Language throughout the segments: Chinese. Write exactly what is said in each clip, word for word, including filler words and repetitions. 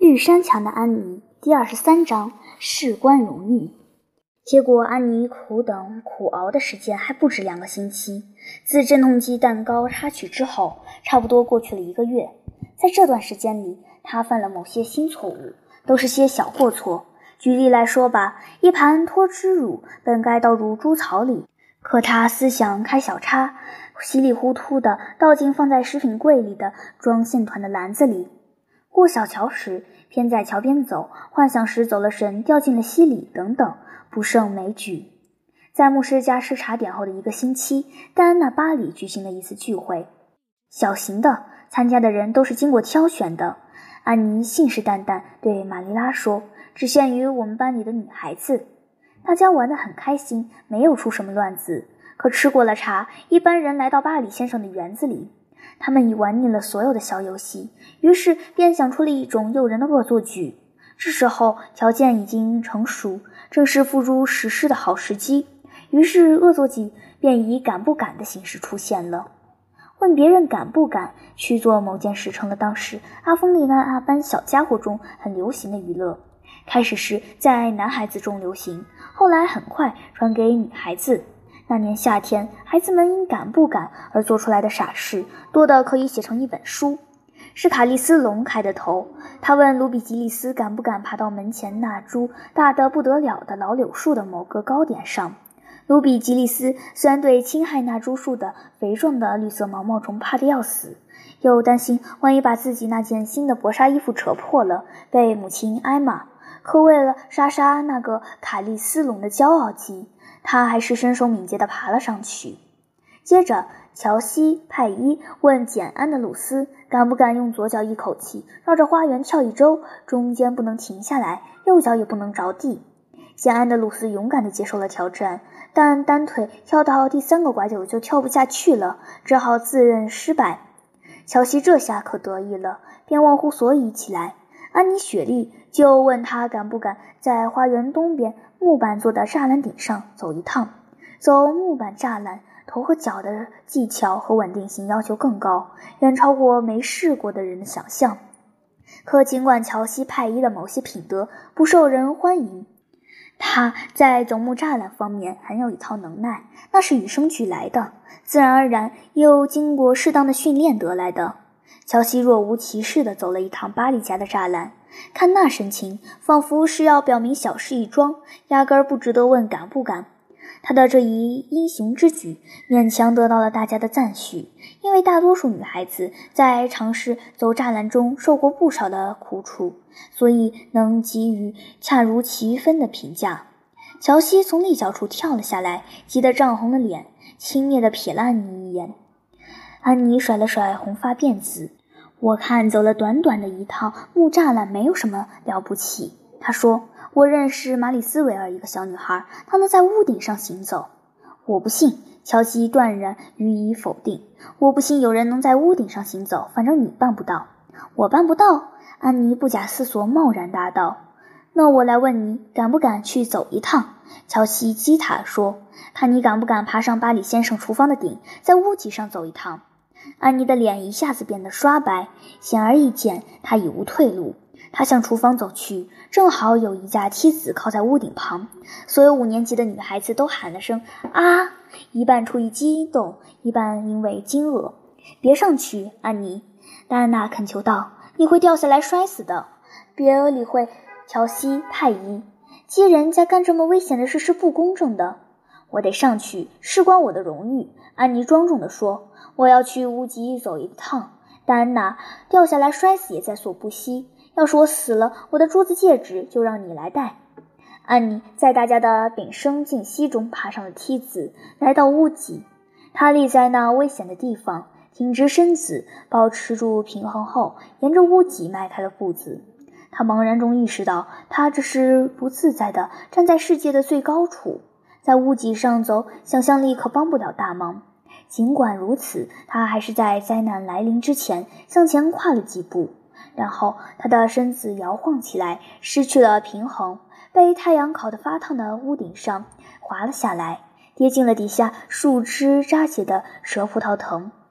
绿山墙的安妮第二十三章事关荣誉。结果安妮苦等苦熬的时间还不止两个星期，自镇痛剂蛋糕插曲之后，差不多过去了一个月。在这段时间里，她犯了某些新错误，都是些小过错。举例来说吧，一盘脱脂乳本该倒入猪槽里，可她思想开小差，稀里糊涂地倒进放在食品柜里的装线团的篮子里。过小桥时偏在桥边走，幻想时走了神，掉进了溪里，等等，不胜枚举。在牧师家吃茶点后的一个星期，戴安娜巴里举行了一次聚会，小型的，参加的人都是经过挑选的。安妮信誓旦旦对玛丽拉说，只限于我们班里的女孩子。大家玩得很开心，没有出什么乱子。可吃过了茶，一班人来到巴里先生的园子里，他们已玩腻了所有的小游戏，于是便想出了一种诱人的恶作剧。这时候条件已经成熟，正是付诸实施的好时机，于是恶作剧便以敢不敢的形式出现了。问别人敢不敢去做某件事，成了当时阿峰丽那班小家伙中很流行的娱乐。开始时在男孩子中流行，后来很快传给女孩子。那年夏天，孩子们因敢不敢而做出来的傻事多得可以写成一本书。是卡利斯龙开的头，他问卢比吉利斯敢不敢爬到门前那株大得不得了的老柳树的某个高点上。卢比吉利斯虽然对侵害那株树的肥壮的绿色毛毛虫怕得要死，又担心万一把自己那件新的薄纱衣服扯破了，被母亲挨骂，可为了杀杀那个卡利斯龙的骄傲鸡，他还是身手敏捷地爬了上去。接着乔西派伊问简安德鲁斯敢不敢用左脚一口气绕着花园跳一周，中间不能停下来，右脚也不能着地。简安德鲁斯勇敢地接受了挑战，但单腿跳到第三个拐角就跳不下去了，只好自认失败。乔西这下可得意了，便忘乎所以起来。安妮雪莉就问他敢不敢在花园东边木板做的栅栏顶上走一趟。走木板栅栏，头和脚的技巧和稳定性要求更高，远超过没试过的人的想象。可尽管乔西派伊的某些品德不受人欢迎，他在走木栅栏方面很有一套能耐，那是与生俱来的，自然而然又经过适当的训练得来的。乔西若无其事地走了一趟巴里家的栅栏，看那神情，仿佛是要表明小事一桩，压根儿不值得问敢不敢。他的这一英雄之举勉强得到了大家的赞许，因为大多数女孩子在尝试走栅栏中受过不少的苦楚，所以能给予恰如其分的评价。乔西从立脚处跳了下来，急得涨红了脸，轻蔑地瞥了安妮一眼。安妮甩了甩红发辫子，我看走了短短的一趟木栅栏没有什么了不起。她说，我认识马里斯维尔一个小女孩，她能在屋顶上行走。我不信，乔西断然予以否定。我不信有人能在屋顶上行走，反正你办不到。我办不到？安妮不假思索贸然答道。那我来问你，敢不敢去走一趟？乔西基塔说，看你敢不敢爬上巴里先生厨房的顶，在屋脊上走一趟。安妮的脸一下子变得刷白，显而易见，她已无退路。她向厨房走去，正好有一架梯子靠在屋顶旁，所有五年级的女孩子都喊了声啊，一半出于激动，一半因为惊愕。别上去，安妮，戴安娜恳求道，你会掉下来摔死的。别理会乔西派伊，接人家干这么危险的事是不公正的。我得上去，事关我的荣誉，安妮庄重地说，我要去屋脊走一趟。戴安娜，掉下来摔死也在所不惜，要是我死了，我的珠子戒指就让你来戴。安妮在大家的屏声静息中爬上了梯子，来到屋脊。她立在那危险的地方，挺直身子，保持住平衡后，沿着屋脊迈开了步子。她茫然中意识到，她这是不自在地站在世界的最高处，在屋脊上走，想象力可帮不了大忙。尽管如此，她还是在灾难来临之前向前跨了几步，然后她的身子摇晃起来，失去了平衡，被太阳烤得发烫的屋顶上滑了下来，跌进了底下树枝扎结的蛇葡萄藤。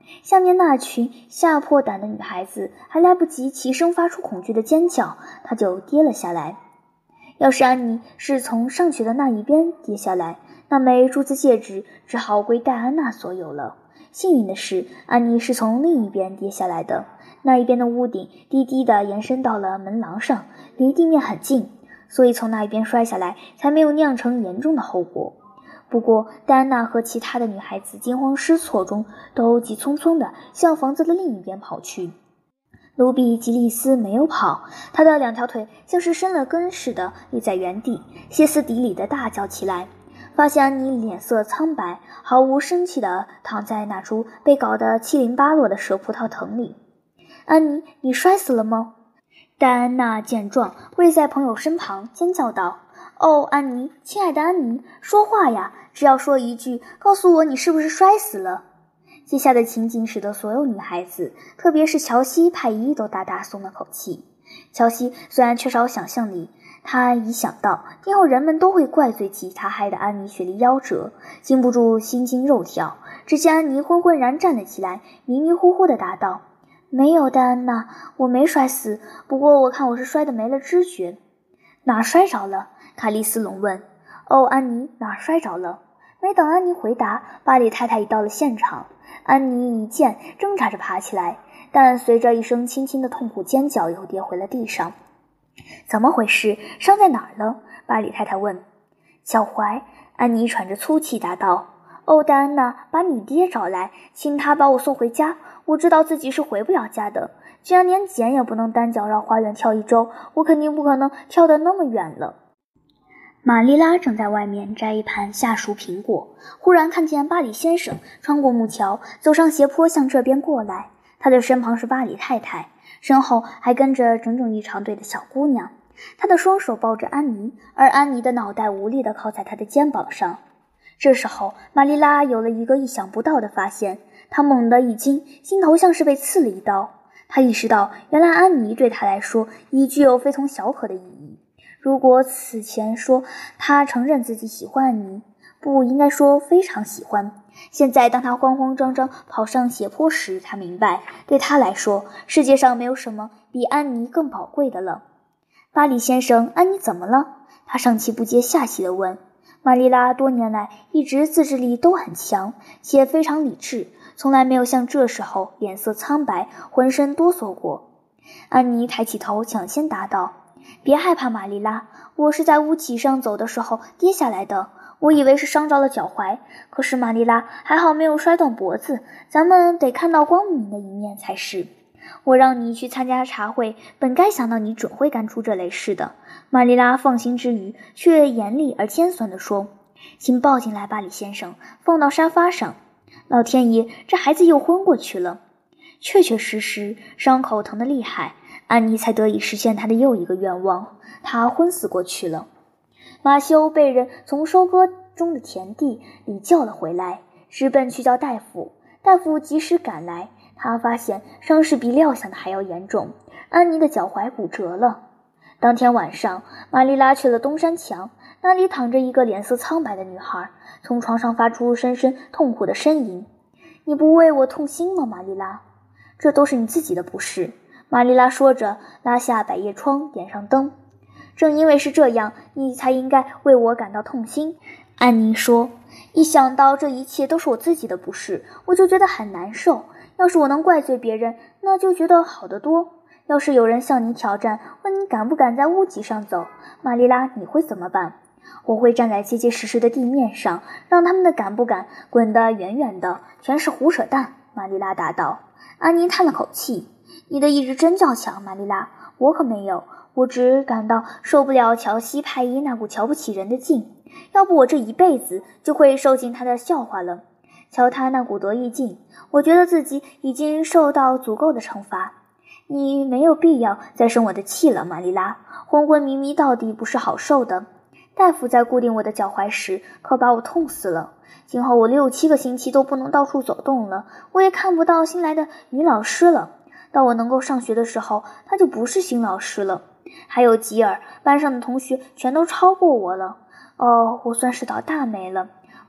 下面那群吓破胆的女孩子还来不及齐声发出恐惧的尖叫，她就跌了下来。要是安妮是从上去的那一边跌下来，那枚珠子戒指只好归戴安娜所有了。幸运的是，安妮是从另一边跌下来的，那一边的屋顶低低地延伸到了门廊上，离地面很近，所以从那一边摔下来才没有酿成严重的后果。不过戴安娜和其他的女孩子惊慌失措中都急匆匆地向房子的另一边跑去。卢比吉利斯没有跑，他的两条腿像是生了根似的立在原地，歇斯底里地大叫起来，发现安妮脸色苍白，毫无生气地躺在那株被搞得七零八落的蛇葡萄藤里。安妮，你摔死了吗？戴安娜见状跪在朋友身旁尖叫道，哦，安妮，亲爱的安妮，说话呀，只要说一句，告诉我你是不是摔死了。接下的情景使得所有女孩子，特别是乔西、派伊都大大松了口气。乔西虽然缺少想象力，她一想到今后人们都会怪罪其他害得安妮雪梨夭折，禁不住心惊肉跳。只见安妮昏昏然站了起来，迷迷糊糊地答道，没有，戴安娜，我没摔死，不过我看我是摔得没了知觉。哪儿摔着了？卡莉斯隆问。哦，安妮，哪儿摔着了？没等安妮回答，巴里太太已到了现场。安妮一见，挣扎着爬起来，但随着一声轻轻的痛苦尖叫，又跌回了地上。怎么回事？伤在哪儿了？巴里太太问。脚踝，安妮喘着粗气答道。哦，戴安娜，把你爹找来，请他把我送回家。我知道自己是回不了家的，既然连简也不能单脚绕花园跳一周，我肯定不可能跳得那么远了。玛丽拉正在外面摘一盘夏熟苹果，忽然看见巴里先生穿过木桥，走上斜坡向这边过来。他的身旁是巴里太太，身后还跟着整整一长队的小姑娘。他的双手抱着安妮，而安妮的脑袋无力地靠在他的肩膀上。这时候玛丽拉有了一个意想不到的发现，她猛地一惊，心头像是被刺了一刀。她意识到原来安妮对她来说已具有非同小可的意义。如果此前说他承认自己喜欢安妮，不应该说非常喜欢，现在当他慌慌张张跑上斜坡时，他明白对他来说世界上没有什么比安妮更宝贵的了。巴里先生，安妮怎么了？他上气不接下气地问。玛丽拉多年来一直自制力都很强，且非常理智，从来没有像这时候脸色苍白，浑身哆嗦过。安妮抬起头抢先答道，别害怕，玛丽拉，我是在屋脊上走的时候跌下来的，我以为是伤着了脚踝，可是玛丽拉还好没有摔断脖子，咱们得看到光明的一面才是。我让你去参加茶会，本该想到你准会干出这类事的。玛丽拉放心之余，却严厉而尖酸地说，请抱进来，巴里先生，放到沙发上。老天爷，这孩子又昏过去了。确确实实，伤口疼得厉害，安妮才得以实现她的又一个愿望，她昏死过去了。马修被人从收割中的田地里叫了回来，直奔去叫大夫。大夫及时赶来，他发现伤势比料想的还要严重，安妮的脚踝骨折了。当天晚上，玛丽拉去了东山墙，那里躺着一个脸色苍白的女孩，从床上发出深深痛苦的呻吟。你不为我痛心吗，玛丽拉？这都是你自己的不是。玛丽拉说着，拉下百叶窗，点上灯。正因为是这样，你才应该为我感到痛心。安妮说，一想到这一切都是我自己的不是，我就觉得很难受。要是我能怪罪别人，那就觉得好得多。要是有人向你挑战，问你敢不敢在屋脊上走，玛丽拉，你会怎么办？我会站在结结实实的地面上，让他们的敢不敢滚得远远的，全是胡扯淡。玛丽拉答道。安妮叹了口气，你的意志真较强，玛丽拉，我可没有，我只感到受不了乔西派伊那股瞧不起人的劲，要不我这一辈子就会受尽他的笑话了。瞧他那股得意劲，我觉得自己已经受到足够的惩罚。你没有必要再生我的气了，玛丽拉，昏昏迷迷到底不是好受的。大夫在固定我的脚踝时可把我痛死了，今后我六七个星期都不能到处走动了，我也看不到新来的女老师了。到我能够上学的时候，她就不是新老师了。还有吉尔，班上的同学全都超过我了。哦，我算是倒大霉了。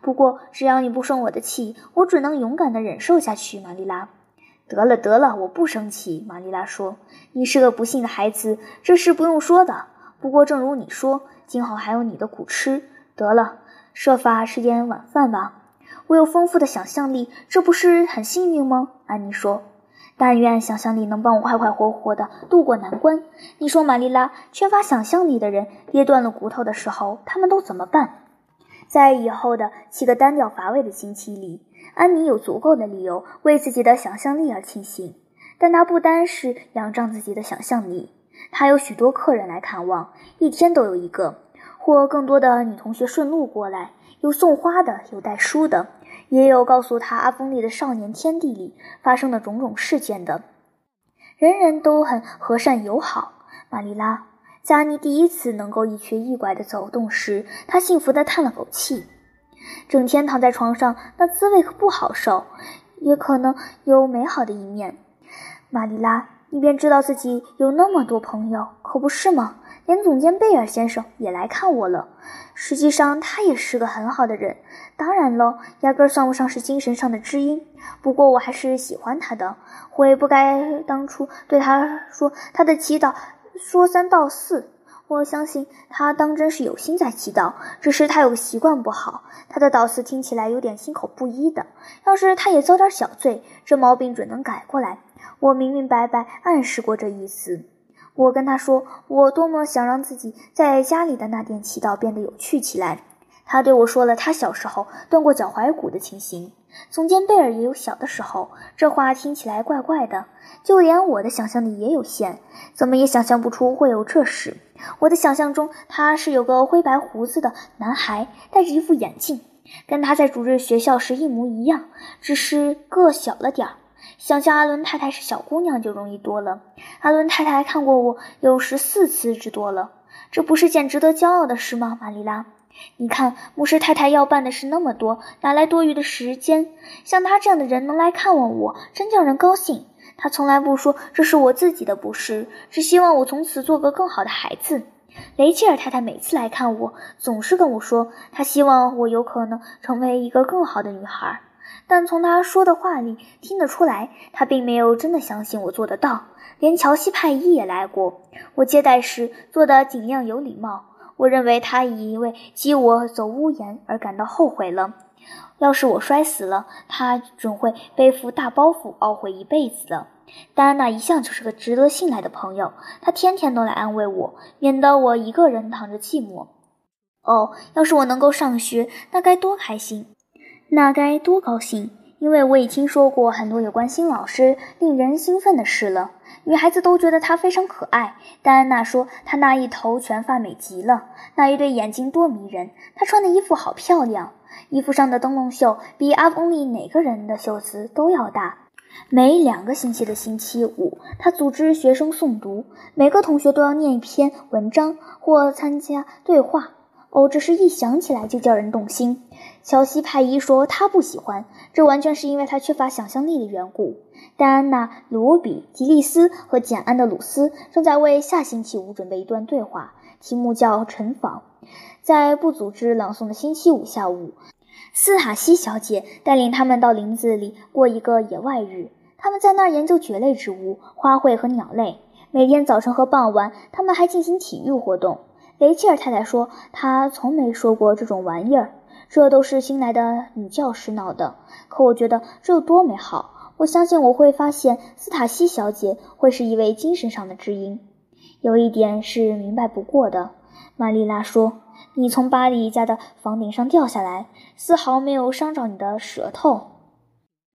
不过只要你不生我的气，我只能勇敢地忍受下去。”玛丽拉。得了得了，我不生气。玛丽拉说：“你是个不幸的孩子，这是不用说的。不过正如你说，今后还有你的苦吃。得了，设法吃点晚饭吧。我有丰富的想象力，这不是很幸运吗？”安妮说。但愿想象力能帮我快快活活地度过难关。你说，玛丽拉，缺乏想象力的人跌断了骨头的时候，他们都怎么办？在以后的七个单调乏味的星期里，安妮有足够的理由为自己的想象力而庆幸。但她不单是仰仗自己的想象力，她有许多客人来看望，一天都有一个，或更多的女同学顺路过来，有送花的，有带书的，也有告诉她阿峰里的少年天地里发生的种种事件的。人人都很和善友好。玛丽拉，在安妮第一次能够一瘸一拐地走动时，她幸福地叹了口气。整天躺在床上，那滋味可不好受，也可能有美好的一面。玛丽拉，你便知道自己有那么多朋友，可不是吗？连总监贝尔先生也来看我了。实际上他也是个很好的人，当然了，压根算不上是精神上的知音，不过我还是喜欢他的。我也不该当初对他说他的祈祷说三道四，我相信他当真是有心在祈祷，只是他有个习惯不好，他的祷词听起来有点心口不一的。要是他也遭点小罪，这毛病准能改过来。我明明白白暗示过这意思。我跟他说，我多么想让自己在家里的那点祈祷变得有趣起来。他对我说了他小时候断过脚踝骨的情形。总监贝尔也有小的时候，这话听起来怪怪的，就连我的想象力也有限，怎么也想象不出会有这事。我的想象中，他是有个灰白胡子的男孩，戴着一副眼镜，跟他在主日学校时一模一样，只是个小了点儿。想象阿伦太太是小姑娘就容易多了。阿伦太太看过我有十四次之多了，这不是件值得骄傲的事吗？玛丽拉，你看，牧师太太要办的事那么多，哪来多余的时间？像她这样的人能来看望我，真叫人高兴。她从来不说这是我自己的不是，只希望我从此做个更好的孩子。雷切尔太太每次来看我，总是跟我说，她希望我有可能成为一个更好的女孩。但从她说的话里听得出来，她并没有真的相信我做得到。连乔西派伊也来过，我接待时做得尽量有礼貌。我认为他已因为激我走屋檐而感到后悔了。要是我摔死了，他准会背负大包袱懊悔一辈子的。戴安娜一向就是个值得信赖的朋友，她天天都来安慰我，免得我一个人躺着寂寞。哦，要是我能够上学，那该多开心，那该多高兴，因为我已听说过很多有关新老师令人兴奋的事了。女孩子都觉得她非常可爱。戴安娜说她那一头全发美极了，那一对眼睛多迷人，她穿的衣服好漂亮，衣服上的灯笼袖比阿翁里哪个人的袖子都要大。每两个星期的星期五，她组织学生诵读，每个同学都要念一篇文章或参加对话。哦，这事一想起来就叫人动心。乔西派伊说他不喜欢，这完全是因为他缺乏想象力的缘故。戴安娜、卢比、迪利斯和简·安德鲁斯正在为下星期五准备一段对话，题目叫晨访。在不组织朗诵的星期五下午，斯塔西小姐带领他们到林子里过一个野外日。他们在那儿研究蕨类植物、花卉和鸟类。每天早晨和傍晚，他们还进行体育活动。雷切尔太太说，她从没说过这种玩意儿，这都是新来的女教师闹的。可我觉得这有多美好！我相信我会发现斯塔西小姐会是一位精神上的知音。有一点是明白不过的，玛丽拉说，你从巴黎家的房顶上掉下来，丝毫没有伤着你的舌头。